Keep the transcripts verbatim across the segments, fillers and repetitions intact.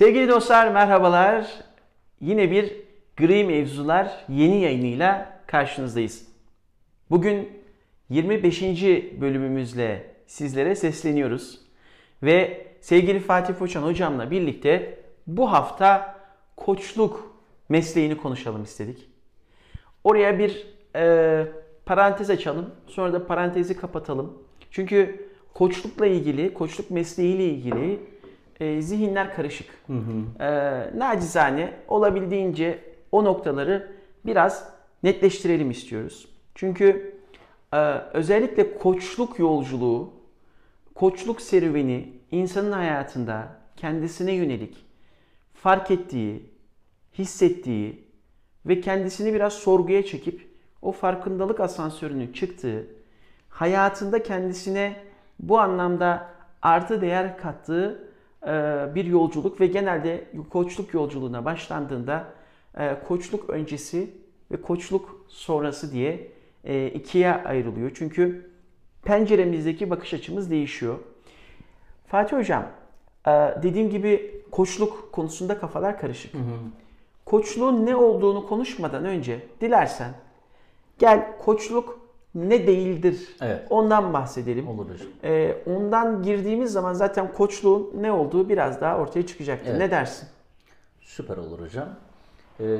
Sevgili dostlar merhabalar. Yine bir Gri Mevzular yeni yayınıyla karşınızdayız. Bugün yirmi beşinci bölümümüzle sizlere sesleniyoruz. Ve sevgili Fatih Foçan hocamla birlikte bu hafta koçluk mesleğini konuşalım istedik. Oraya bir e, parantez açalım. Sonra da parantezi kapatalım. Çünkü koçlukla ilgili, koçluk mesleğiyle ilgili e, zihinler karışık. Hı hı. E, nacizane olabildiğince o noktaları biraz netleştirelim istiyoruz. Çünkü e, özellikle koçluk yolculuğu, koçluk serüveni insanın hayatında kendisine yönelik fark ettiği, hissettiği ve kendisini biraz sorguya çekip o farkındalık asansörünün çıktığı, hayatında kendisine bu anlamda artı değer kattığı bir yolculuk ve genelde koçluk yolculuğuna başlandığında koçluk öncesi ve koçluk sonrası diye ikiye ayrılıyor. Çünkü penceremizdeki bakış açımız değişiyor. Fatih Hocam, dediğim gibi koçluk konusunda kafalar karışık. Hı hı. Koçluğun ne olduğunu konuşmadan önce dilersen gel koçluk ne değildir, evet, ondan bahsedelim. Olur hocam. Ee, ondan girdiğimiz zaman zaten koçluğun ne olduğu biraz daha ortaya çıkacaktır. Evet. Ne dersin? Süper olur hocam. Ee,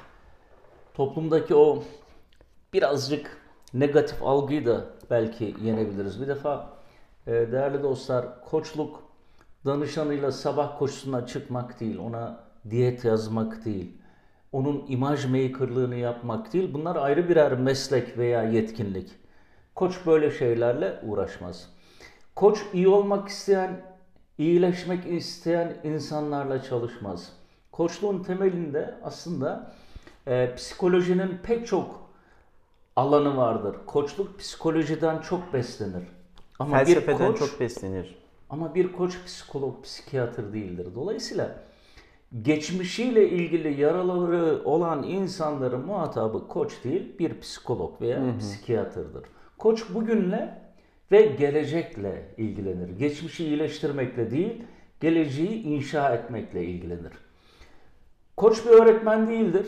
toplumdaki o birazcık negatif algıyı da belki yenebiliriz. Bir defa e, değerli dostlar, koçluk danışanıyla sabah koşusuna çıkmak değil, ona diyet yazmak değil, onun imaj makerlığını yapmak değil. Bunlar ayrı birer meslek veya yetkinlik. Koç böyle şeylerle uğraşmaz. Koç iyi olmak isteyen, iyileşmek isteyen insanlarla çalışmaz. Koçluğun temelinde aslında e, psikolojinin pek çok alanı vardır. Koçluk psikolojiden çok beslenir. Ama felsefeden bir koç, çok beslenir. Ama bir koç psikolog, psikiyatr değildir. Dolayısıyla geçmişiyle ilgili yaraları olan insanların muhatabı koç değil, bir psikolog veya hı hı. psikiyatrdır. Koç bugünle ve gelecekle ilgilenir. Geçmişi iyileştirmekle değil, geleceği inşa etmekle ilgilenir. Koç bir öğretmen değildir.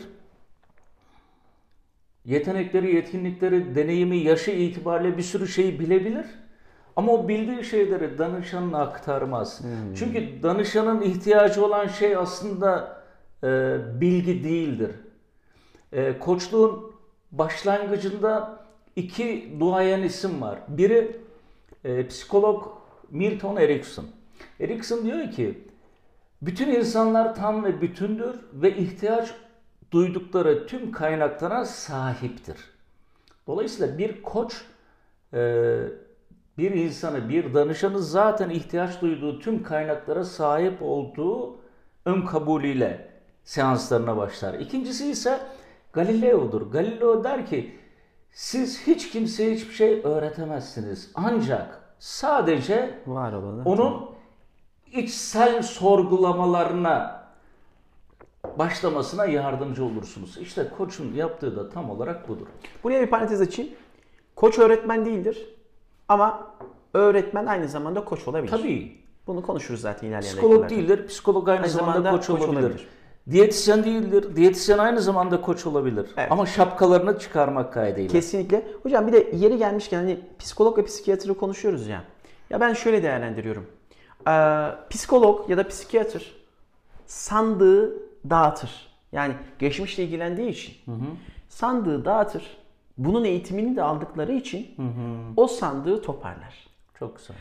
Yetenekleri, yetkinlikleri, deneyimi, yaşı itibariyle bir sürü şeyi bilebilir. Ama o bildiği şeyleri danışanına aktarmaz. Hmm. Çünkü danışanın ihtiyacı olan şey aslında e, bilgi değildir. E, koçluğun başlangıcında iki duayen isim var. Biri e, psikolog Milton Erickson. Erickson diyor ki, bütün insanlar tam ve bütündür ve ihtiyaç duydukları tüm kaynaklara sahiptir. Dolayısıyla bir koç e, bir insanı, bir danışanı zaten ihtiyaç duyduğu tüm kaynaklara sahip olduğu ön kabulüyle seanslarına başlar. İkincisi ise Galileo'dur. Galileo der ki, siz hiç kimseye hiçbir şey öğretemezsiniz. Ancak sadece var olanı, onun tamam. içsel sorgulamalarına başlamasına yardımcı olursunuz. İşte koçun yaptığı da tam olarak budur. Buraya bir parantez açayım. Koç öğretmen değildir. Ama öğretmen aynı zamanda koç olabilir. Tabii. Bunu konuşuruz zaten ilerleyen Psikolog dakikalarda. değildir. Psikolog aynı, aynı zamanda, zamanda koç, koç olabilir. olabilir. Diyetisyen değildir. Diyetisyen aynı zamanda koç olabilir. Evet. Ama şapkalarını çıkarmak kaydıyla. Kesinlikle. Hocam bir de yeri gelmişken hani psikolog ve psikiyatrı konuşuyoruz ya. Ya ben şöyle değerlendiriyorum. Ee, psikolog ya da psikiyatr sandığı dağıtır. Yani geçmişle ilgilendiği için hı hı. sandığı dağıtır. Bunun eğitimini de aldıkları için hı hı. o sandığı toparlar. Çok güzel.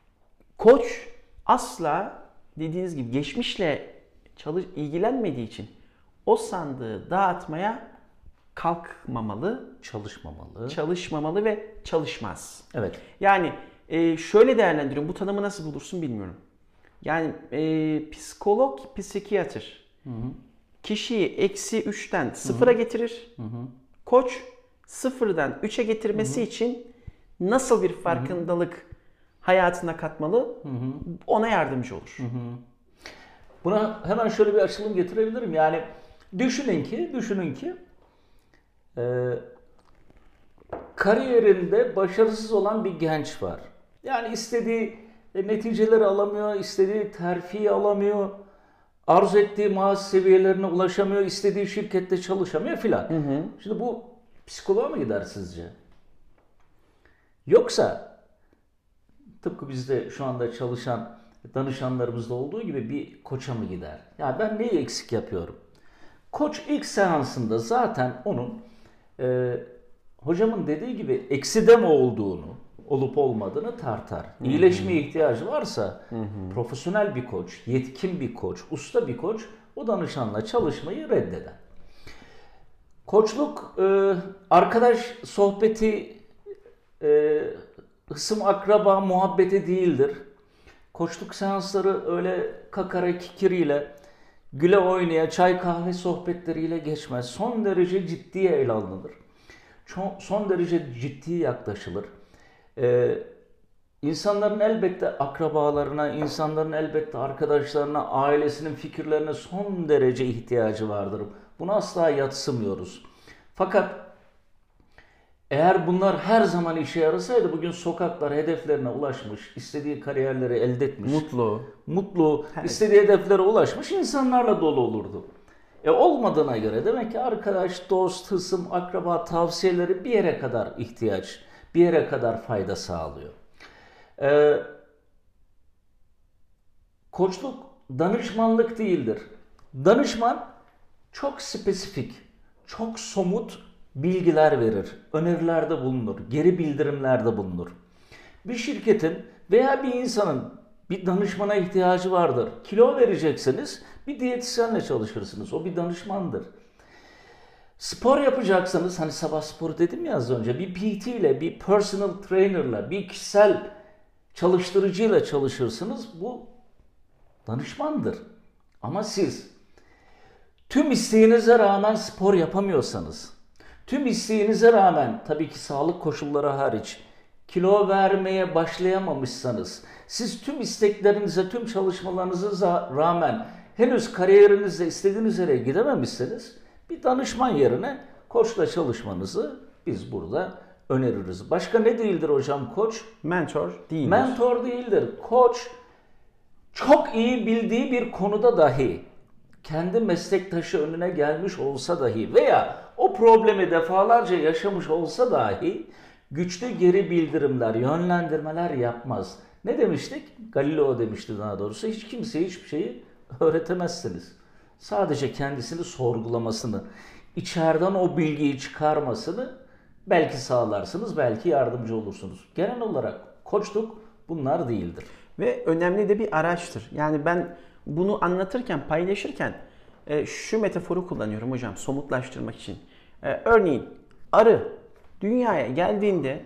Koç asla dediğiniz gibi geçmişle çalış, ilgilenmediği için o sandığı dağıtmaya kalkmamalı, çalışmamalı, çalışmamalı ve çalışmaz. Evet. Yani e, şöyle değerlendiriyorum. Bu tanımı nasıl bulursun bilmiyorum. Yani e, psikolog, psikiyatr hı hı. kişiyi eksi üçten sıfıra getirir. Hı hı. Koç sıfırdan üçe getirmesi hı hı. için nasıl bir farkındalık hı hı. hayatına katmalı, hı hı. ona yardımcı olur. Hı hı. Buna hemen şöyle bir açılım getirebilirim. Yani düşünün ki, düşünün ki e, kariyerinde başarısız olan bir genç var. Yani istediği neticeleri alamıyor, istediği terfiyi alamıyor. arzu ettiği maaş seviyelerine ulaşamıyor, istediği şirkette çalışamıyor filan. Şimdi bu psikoloğa mı gider sizce? Yoksa tıpkı bizde şu anda çalışan danışanlarımızda olduğu gibi bir koça mı gider? Ya ben neyi eksik yapıyorum? Koç ilk seansında zaten onun e, hocamın dediği gibi ekside mi olduğunu, olup olmadığını tartar. İyileşmeye ihtiyacı varsa profesyonel bir koç, yetkin bir koç, usta bir koç o danışanla çalışmayı reddeder. Koçluk e, arkadaş sohbeti, e, hısım akraba muhabbeti değildir. Koçluk seansları öyle kakara kikiriyle, güle oynaya, çay kahve sohbetleriyle geçmez. Son derece ciddiye ele alınır. Son derece ciddi yaklaşılır. Ee, insanların elbette akrabalarına, insanların elbette arkadaşlarına, ailesinin fikirlerine son derece ihtiyacı vardır. Bunu asla yadsımıyoruz. Fakat eğer bunlar her zaman işe yarasaydı bugün sokaklar hedeflerine ulaşmış, istediği kariyerleri elde etmiş, Mutlu. mutlu, istediği hedeflere ulaşmış insanlarla dolu olurdu. E olmadığına göre demek ki arkadaş, dost, hısım, akraba tavsiyeleri bir yere kadar ihtiyaç, bir yere kadar fayda sağlıyor. Ee, koçluk danışmanlık değildir. Danışman çok spesifik, çok somut bilgiler verir, önerilerde bulunur, geri bildirimlerde bulunur. Bir şirketin veya bir insanın bir danışmana ihtiyacı vardır. Kilo vereceksiniz, bir diyetisyenle çalışırsınız. O bir danışmandır. Spor yapacaksanız, hani sabah sporu dedim ya az önce, bir P T ile, bir personal trainer'la, bir kişisel çalıştırıcıyla çalışırsınız. Bu danışmandır. Ama siz tüm isteğinize rağmen spor yapamıyorsanız, tüm isteğinize rağmen tabii ki sağlık koşulları hariç kilo vermeye başlayamamışsanız, siz tüm isteklerinize, tüm çalışmalarınıza rağmen henüz kariyerinizde istediğiniz yere gidememişseniz bir danışman yerine koçla çalışmanızı biz burada öneririz. Başka ne değildir hocam koç? Mentor değildir. Mentor değildir. Koç çok iyi bildiği bir konuda dahi kendi meslektaşı önüne gelmiş olsa dahi veya o problemi defalarca yaşamış olsa dahi güçlü geri bildirimler, yönlendirmeler yapmaz. Ne demiştik? Galileo demişti daha doğrusu. Hiç kimseye hiçbir şeyi öğretemezsiniz. Sadece kendisini sorgulamasını, içeriden o bilgiyi çıkarmasını belki sağlarsınız, belki yardımcı olursunuz. Genel olarak koçluk bunlar değildir. Ve önemli de bir araçtır. Yani ben bunu anlatırken, paylaşırken e, şu metaforu kullanıyorum hocam somutlaştırmak için. E, örneğin arı dünyaya geldiğinde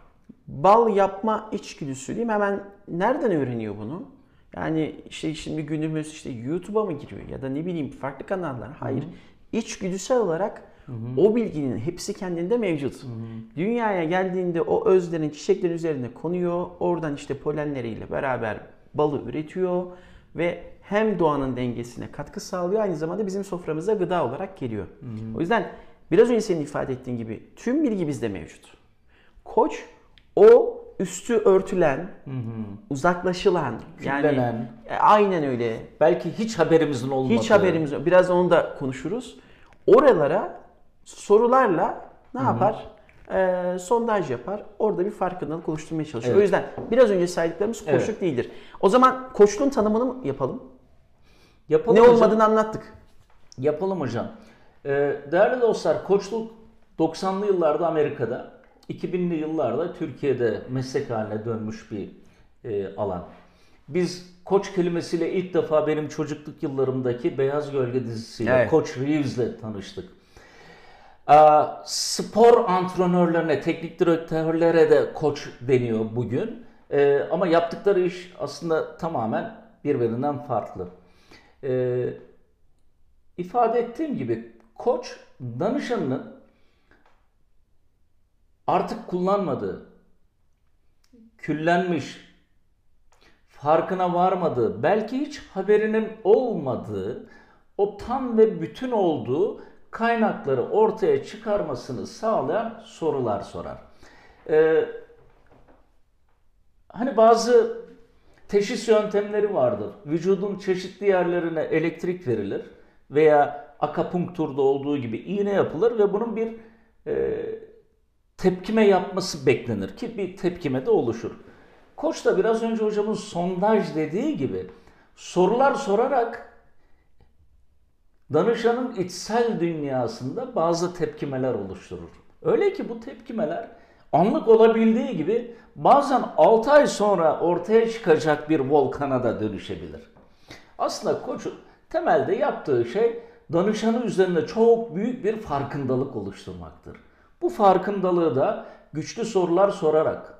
bal yapma içgüdüsü değil mi? Hemen nereden öğreniyor bunu? Yani işte şimdi günümüz işte YouTube'a mı giriyor ya da ne bileyim farklı kanallar? Hayır. Hı hı. İçgüdüsel olarak hı hı. o bilginin hepsi kendinde mevcut. Hı hı. Dünyaya geldiğinde o özlerin çiçeklerin üzerine konuyor. Oradan işte polenleriyle beraber balı üretiyor ve hem doğanın dengesine katkı sağlıyor, aynı zamanda bizim soframıza gıda olarak geliyor. Hı hı. O yüzden biraz önce senin ifade ettiğin gibi tüm bilgi bizde mevcut. Koç o üstü örtülen, hı hı. uzaklaşılan, küllenen, yani aynen öyle. Belki hiç haberimizin olmadığı. Hiç haberimiz yok. Biraz onu da konuşuruz. Oralara sorularla ne hı hı. yapar? Ee, sondaj yapar. Orada bir farkındalık oluşturmaya çalışır. Evet. O yüzden biraz önce saydıklarımız koçluk evet. değildir. O zaman koçluğun tanımını mı yapalım? Yapalım ne hocam. olmadığını anlattık. Yapalım hocam. Ee, değerli dostlar, koçluk doksanlı yıllarda Amerika'da, iki binli yıllarda Türkiye'de meslek haline dönmüş bir e, alan. Biz koç kelimesiyle ilk defa benim çocukluk yıllarımdaki Beyaz Gölge dizisiyle, evet. Koç Reeves'le tanıştık. Ee, spor antrenörlerine, teknik direktörlere de koç deniyor bugün. Ee, ama yaptıkları iş aslında tamamen birbirinden farklı. Ee, ifade ettiğim gibi koç danışanının artık kullanmadığı, küllenmiş, farkına varmadığı, belki hiç haberinin olmadığı, o tam ve bütün olduğu kaynakları ortaya çıkarmasını sağlayan sorular sorar. Ee, hani bazı teşhis yöntemleri vardır. Vücudun çeşitli yerlerine elektrik verilir veya akupunkturda olduğu gibi iğne yapılır ve bunun bir e, tepkime yapması beklenir ki bir tepkime de oluşur. Koç da biraz önce hocamın sondaj dediği gibi sorular sorarak danışanın içsel dünyasında bazı tepkimeler oluşturur. Öyle ki bu tepkimeler anlık olabildiği gibi bazen altı ay sonra ortaya çıkacak bir volkana da dönüşebilir. Aslında koçun temelde yaptığı şey danışanı üzerinde çok büyük bir farkındalık oluşturmaktır. Bu farkındalığı da güçlü sorular sorarak,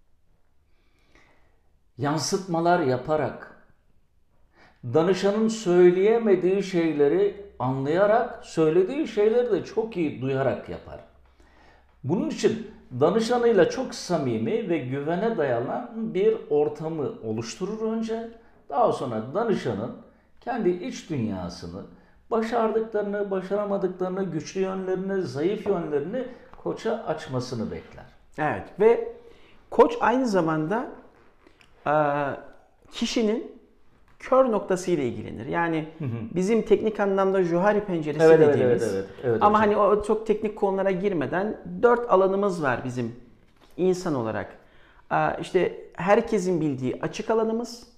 yansıtmalar yaparak, danışanın söyleyemediği şeyleri anlayarak, söylediği şeyleri de çok iyi duyarak yapar. Bunun için danışanıyla çok samimi ve güvene dayanan bir ortamı oluşturur önce. Daha sonra danışanın kendi iç dünyasını, başardıklarını, başaramadıklarını, güçlü yönlerini, zayıf yönlerini koça açmasını bekler. Evet ve koç aynı zamanda e, kişinin kör noktası ile ilgilenir. Yani hı hı. bizim teknik anlamda Johari penceresi evet, dediğimiz evet, evet, evet, evet, ama hocam. hani o çok teknik konulara girmeden dört alanımız var bizim insan olarak. E, işte herkesin bildiği açık alanımız,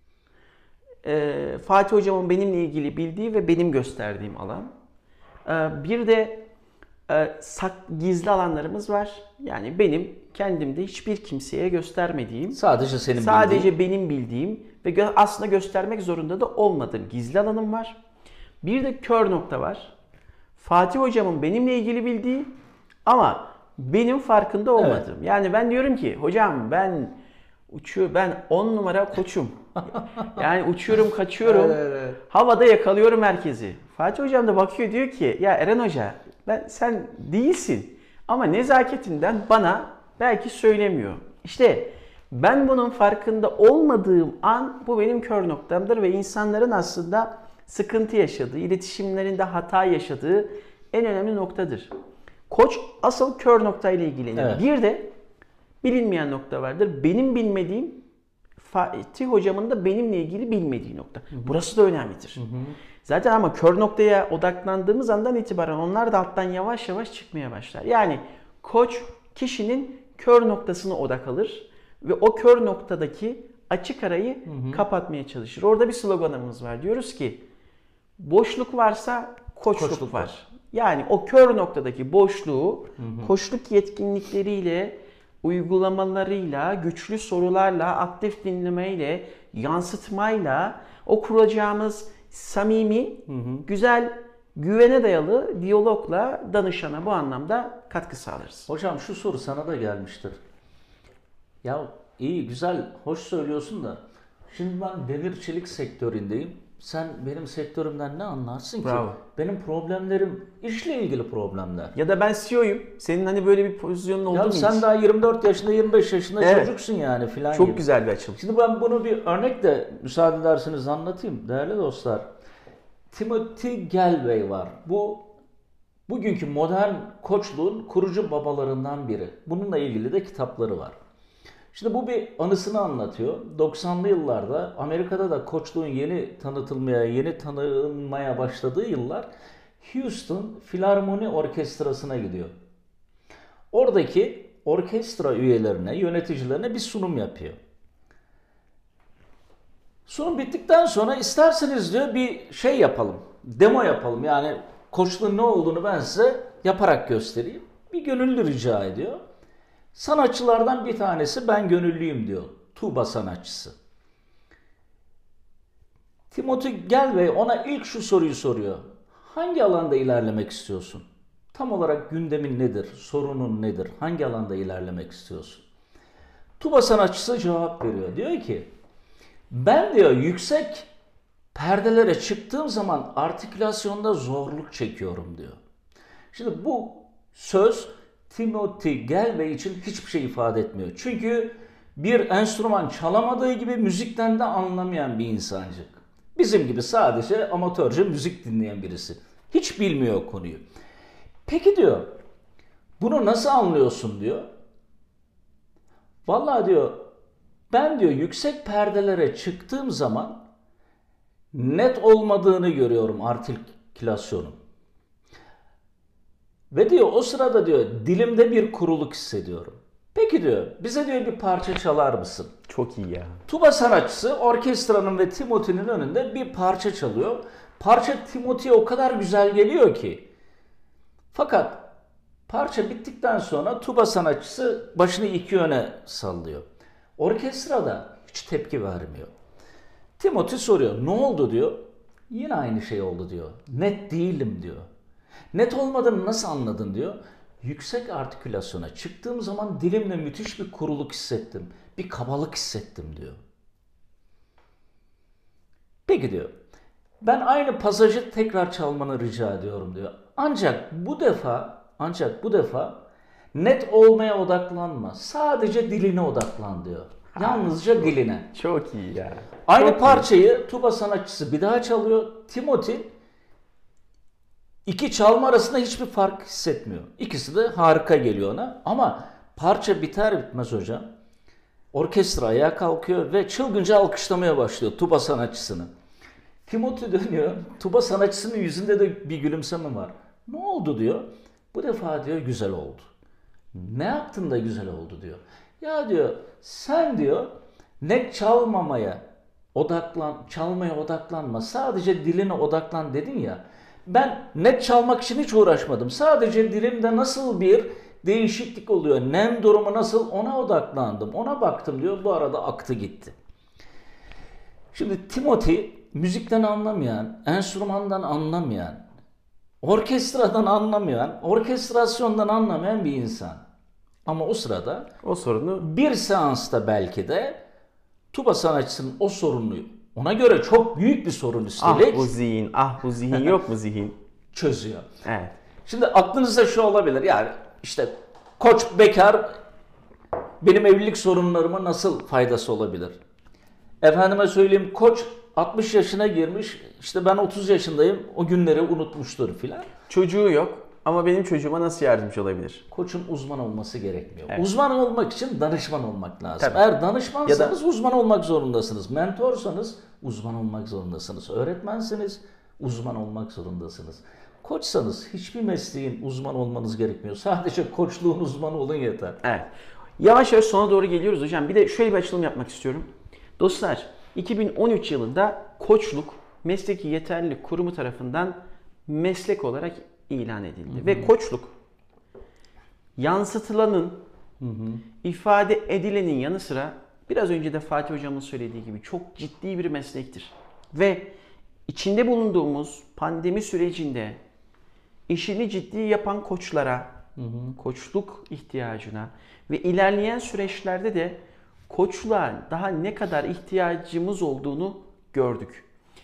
e, Fatih Hocam'ın benimle ilgili bildiği ve benim gösterdiğim alan. E, bir de e, sak, gizli alanlarımız var. Yani benim kendimde hiçbir kimseye göstermediğim, sadece senin sadece bildiğin. benim bildiğim ve gö- aslında göstermek zorunda da olmadığım gizli alanım var. Bir de kör nokta var. Fatih Hocam'ın benimle ilgili bildiği ama benim farkında olmadığım. Evet. Yani ben diyorum ki hocam ben uçuyor, ben on numara koçum. Yani uçuyorum, kaçıyorum. Evet, evet. Havada yakalıyorum herkesi. Fatih Hocam da bakıyor diyor ki ya Eren Hoca ben sen değilsin. Ama nezaketinden bana belki söylemiyor. İşte ben bunun farkında olmadığım an bu benim kör noktamdır ve insanların aslında sıkıntı yaşadığı, iletişimlerinde hata yaşadığı en önemli noktadır. Koç asıl kör noktayla ilgilenir. Evet. Bir de bilinmeyen nokta vardır. Benim bilmediğim, Fatih Hocamın da benimle ilgili bilmediği nokta. Hı hı. Burası da önemlidir. Hı hı. Zaten ama kör noktaya odaklandığımız andan itibaren onlar da alttan yavaş yavaş çıkmaya başlar. Yani koç kişinin kör noktasına odak alır ve o kör noktadaki açık arayı hı hı. kapatmaya çalışır. Orada bir sloganımız var. Diyoruz ki boşluk varsa koçluk, koçluk var. var. Yani o kör noktadaki boşluğu hı hı. koçluk yetkinlikleriyle, uygulamalarıyla, güçlü sorularla, aktif dinlemeyle, yansıtmayla o kuracağımız samimi, hı hı. güzel, güvene dayalı diyalogla danışana bu anlamda katkı sağlarız. Hocam şu soru sana da gelmiştir. Ya iyi, güzel, hoş söylüyorsun da şimdi ben demir çelik sektöründeyim. Sen benim sektörümden ne anlarsın ki? Bravo. Benim problemlerim işle ilgili problemler. Ya da ben C E O'yum. Senin hani böyle bir pozisyonun oldu mu hiç? Ya sen daha yirmi dört yaşında, yirmi beş yaşında evet. çocuksun yani filan Çok gibi. güzel bir açılım. Şimdi ben bunu bir örnekle müsaade ederseniz anlatayım değerli dostlar. Timothy Galway var. Bu bugünkü modern koçluğun kurucu babalarından biri. Bununla ilgili de kitapları var. Şimdi bu bir anısını anlatıyor. doksanlı yıllarda Amerika'da da koçluğun yeni tanıtılmaya, yeni tanınmaya başladığı yıllar Houston Filarmoni Orkestrası'na gidiyor. Oradaki orkestra üyelerine, yöneticilerine bir sunum yapıyor. Sunum bittikten sonra isterseniz diyor bir şey yapalım, demo yapalım. Yani koçluğun ne olduğunu ben size yaparak göstereyim. Bir gönüllü rica ediyor. Sanatçılardan bir tanesi ben gönüllüyüm diyor. Tuba sanatçısı. Timothy Galway ona ilk şu soruyu soruyor. Hangi alanda ilerlemek istiyorsun? Tam olarak gündemin nedir? Sorunun nedir? Hangi alanda ilerlemek istiyorsun? Tuba sanatçısı cevap veriyor. Diyor ki ben diyor yüksek perdelere çıktığım zaman artikülasyonda zorluk çekiyorum diyor. Şimdi bu söz Timothy Galway için hiçbir şey ifade etmiyor. Çünkü bir enstrüman çalamadığı gibi müzikten de anlamayan bir insancık. Bizim gibi sadece amatörce müzik dinleyen birisi. Hiç bilmiyor konuyu. Peki diyor, bunu nasıl anlıyorsun diyor. Vallahi diyor, Ben diyor yüksek perdelere çıktığım zaman net olmadığını görüyorum artikülasyonun. Ve diyor o sırada diyor dilimde bir kuruluk hissediyorum. Peki diyor bize diyor bir parça çalar mısın? Çok iyi ya. Tuba sanatçısı orkestranın ve Timothy'nin önünde bir parça çalıyor. Parça Timothy'ye o kadar güzel geliyor ki. Fakat parça bittikten sonra tuba sanatçısı başını iki yöne sallıyor. Orkestrada hiç tepki vermiyor. Timothy soruyor ne oldu diyor. Yine aynı şey oldu diyor. Net değilim diyor. Net olmadığını nasıl anladın diyor. Yüksek artikülasyona çıktığım zaman dilimle müthiş bir kuruluk hissettim. Bir kabalık hissettim diyor. Peki diyor. Ben aynı pasajı tekrar çalmanı rica ediyorum diyor. Ancak bu defa ancak bu defa net olmaya odaklanma. Sadece diline odaklan diyor. Yalnızca diline. Çok iyi ya. Aynı Çok parçayı iyi. Tuba sanatçısı bir daha çalıyor. Timothy iki çalma arasında hiçbir fark hissetmiyor. İkisi de harika geliyor ona. Ama parça biter bitmez hocam. Orkestra ayağa kalkıyor ve çılgınca alkışlamaya başlıyor tuba sanatçısını. Timothy dönüyor. Tuba sanatçısının yüzünde de bir gülümseme var. Ne oldu diyor. Bu defa diyor güzel oldu. Ne yaptın da güzel oldu diyor. Ya diyor sen diyor net çalmamaya odaklan, çalmaya odaklanma. Sadece diline odaklan dedin ya. Ben net çalmak için hiç uğraşmadım. Sadece dilimde nasıl bir değişiklik oluyor, nem durumu nasıl ona odaklandım. Ona baktım diyor. Bu arada aktı gitti. Şimdi Timothy müzikten anlamayan, enstrümandan anlamayan, orkestradan anlamayan, orkestrasyondan anlamayan bir insan. Ama o sırada o sorunu bir seansta belki de tuba sanatçısının o sorununu ona göre çok büyük bir sorun üstelik. Ah bu zihin, ah bu zihin yok mu zihin? Çözüyor. Evet. Şimdi aklınızda şu olabilir yani işte koç bekar benim evlilik sorunlarıma nasıl faydası olabilir? Efendime söyleyeyim koç altmış yaşına girmiş işte ben otuz yaşındayım o günleri unutmuştur filan. Çocuğu yok ama benim çocuğuma nasıl yardımcı olabilir? Koçun uzman olması gerekmiyor. Evet. Uzman olmak için danışman olmak lazım. Tabii. Eğer danışmansanız Ya da... uzman olmak zorundasınız. Mentorsanız uzman olmak zorundasınız. Öğretmenseniz uzman olmak zorundasınız. Koçsanız hiçbir mesleğin uzman olmanız gerekmiyor. Sadece koçluğun uzmanı olun yeter. Evet. Yavaş yavaş sona doğru geliyoruz hocam. Bir de şöyle bir açılım yapmak istiyorum. Dostlar, iki bin on üç yılında koçluk Mesleki Yeterlilik Kurumu tarafından meslek olarak ilan edildi. Hı hı. Ve koçluk yansıtılanın, hı hı, ifade edilenin yanı sıra biraz önce de Fatih Hocam'ın söylediği gibi çok ciddi bir meslektir. Ve içinde bulunduğumuz pandemi sürecinde işini ciddi yapan koçlara, hı hı, koçluk ihtiyacına ve ilerleyen süreçlerde de koçluğa daha ne kadar ihtiyacımız olduğunu gördük.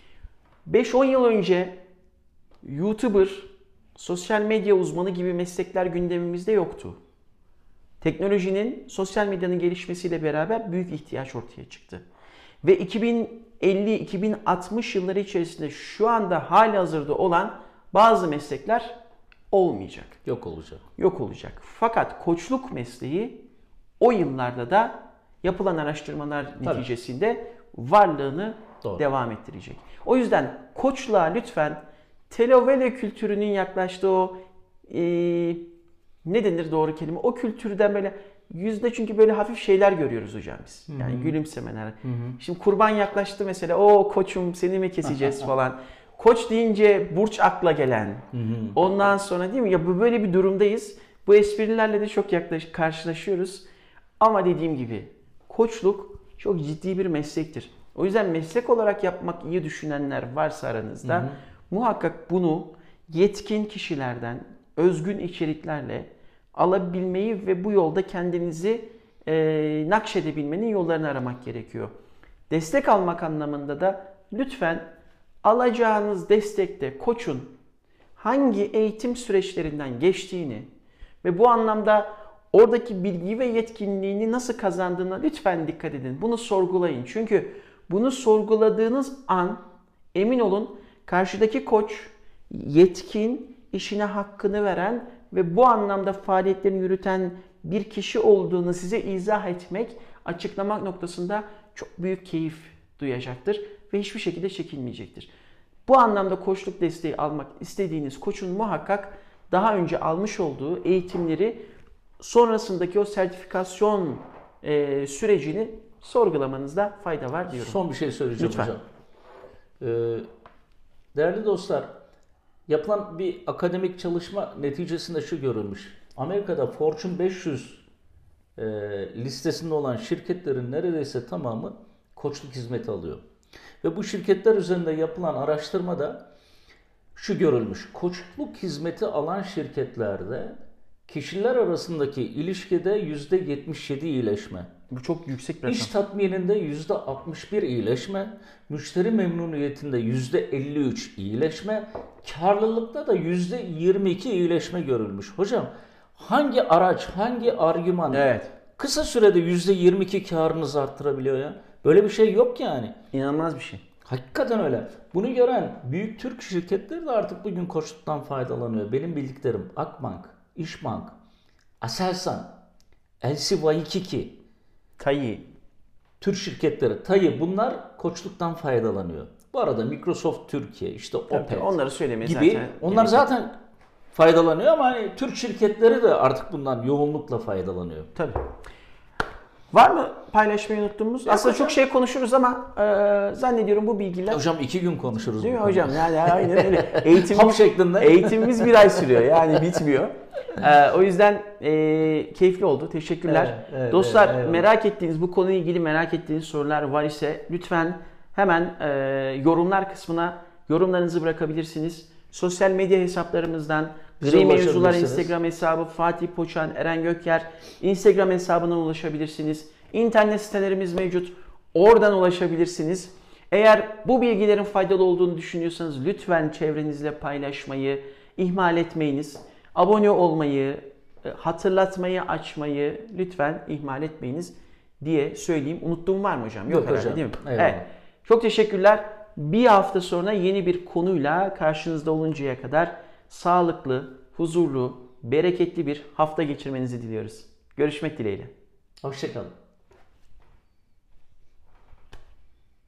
beş on yıl önce YouTuber, sosyal medya uzmanı gibi meslekler gündemimizde yoktu. Teknolojinin, sosyal medyanın gelişmesiyle beraber büyük ihtiyaç ortaya çıktı. Ve iki bin elli iki bin altmış yılları içerisinde şu anda halihazırda olan bazı meslekler olmayacak. Yok olacak. Yok olacak. Fakat koçluk mesleği o yıllarda da yapılan araştırmalar neticesinde varlığını Doğru. devam ettirecek. O yüzden koçluğa lütfen televele kültürünün yaklaştığı o e, ne denir doğru kelime? O kültürden böyle yüzde çünkü böyle hafif şeyler görüyoruz hocam biz. Yani Hı-hı. gülümsemeler. Hı-hı. Şimdi kurban yaklaştı mesela. O koçum seni mi keseceğiz falan. Koç deyince burç akla gelen. Hı-hı. Ondan sonra değil mi? Ya böyle bir durumdayız. Bu esprilerle de çok yaklaş karşılaşıyoruz. Ama dediğim gibi koçluk çok ciddi bir meslektir. O yüzden meslek olarak yapmak iyi düşünenler varsa aranızda Hı-hı. muhakkak bunu yetkin kişilerden özgün içeriklerle alabilmeyi ve bu yolda kendinizi e, nakşedebilmenin yollarını aramak gerekiyor. Destek almak anlamında da lütfen alacağınız destekte koçun hangi eğitim süreçlerinden geçtiğini ve bu anlamda oradaki bilgi ve yetkinliğini nasıl kazandığına lütfen dikkat edin. Bunu sorgulayın. Çünkü bunu sorguladığınız an emin olun karşıdaki koç yetkin, işine hakkını veren ve bu anlamda faaliyetlerini yürüten bir kişi olduğunu size izah etmek açıklamak noktasında çok büyük keyif duyacaktır ve hiçbir şekilde çekinmeyecektir. Bu anlamda koçluk desteği almak istediğiniz koçun muhakkak daha önce almış olduğu eğitimleri, sonrasındaki o sertifikasyon e, sürecini sorgulamanızda fayda var diyorum. Son bir şey söyleyeceğim Lütfen. hocam. Ee, değerli dostlar, yapılan bir akademik çalışma neticesinde şu görülmüş. Amerika'da Fortune beş yüz e, listesinde olan şirketlerin neredeyse tamamı koçluk hizmeti alıyor. Ve bu şirketler üzerinde yapılan araştırmada şu görülmüş. Koçluk hizmeti alan şirketlerde kişiler arasındaki ilişkide yüzde yetmiş yedi iyileşme, Bu çok yüksek bir rakam. İş tatmininde yüzde altmış bir iyileşme, müşteri memnuniyetinde yüzde elli üç iyileşme, karlılıkta da yüzde yirmi iki iyileşme görülmüş. Hocam hangi araç, hangi argüman Evet. kısa sürede yüzde yirmi iki karınızı arttırabiliyor ya? Böyle bir şey yok yani. İnanılmaz bir şey. Hakikaten öyle. Bunu gören büyük Türk şirketleri de artık bugün koçluktan faydalanıyor. Benim bildiklerim Akbank, İşbank, Aselsan, L C Waikiki, Tayi. Türk şirketleri, Tayi, bunlar koçluktan faydalanıyor. Bu arada Microsoft Türkiye, işte Tabii, Opet onları söylemeye gibi zaten onlar gerek yok. zaten faydalanıyor ama hani Türk şirketleri de artık bundan yoğunlukla faydalanıyor. Tabii. Var mı paylaşmayı unuttuğumuz? Aslında hocam. çok şey konuşuruz ama e, zannediyorum bu bilgiler... Hocam iki gün konuşuruz. Değil bu mi konuyu. hocam? Yani aynen öyle. Hap Eğitimimiz, şeklinde. eğitimimiz bir ay sürüyor. Yani bitmiyor. E, o yüzden e, keyifli oldu. Teşekkürler. Evet, evet, Dostlar evet, eyvallah. merak ettiğiniz, bu konuyla ilgili merak ettiğiniz sorular var ise lütfen hemen e, yorumlar kısmına yorumlarınızı bırakabilirsiniz. Sosyal medya hesaplarımızdan Bize Gri Mevzular ulaşabilirsiniz. Instagram hesabı, Fatih Poçan, Eren Gökyer Instagram hesabına ulaşabilirsiniz. İnternet sitelerimiz mevcut. Oradan ulaşabilirsiniz. Eğer bu bilgilerin faydalı olduğunu düşünüyorsanız lütfen çevrenizle paylaşmayı ihmal etmeyiniz. Abone olmayı, hatırlatmayı açmayı lütfen ihmal etmeyiniz diye söyleyeyim. Unuttuğum var mı hocam? Yok, Yok herhalde hocam. değil mi? Eyvallah. Evet. Çok teşekkürler. Bir hafta sonra yeni bir konuyla karşınızda oluncaya kadar sağlıklı, huzurlu, bereketli bir hafta geçirmenizi diliyoruz. Görüşmek dileğiyle. Hoşçakalın.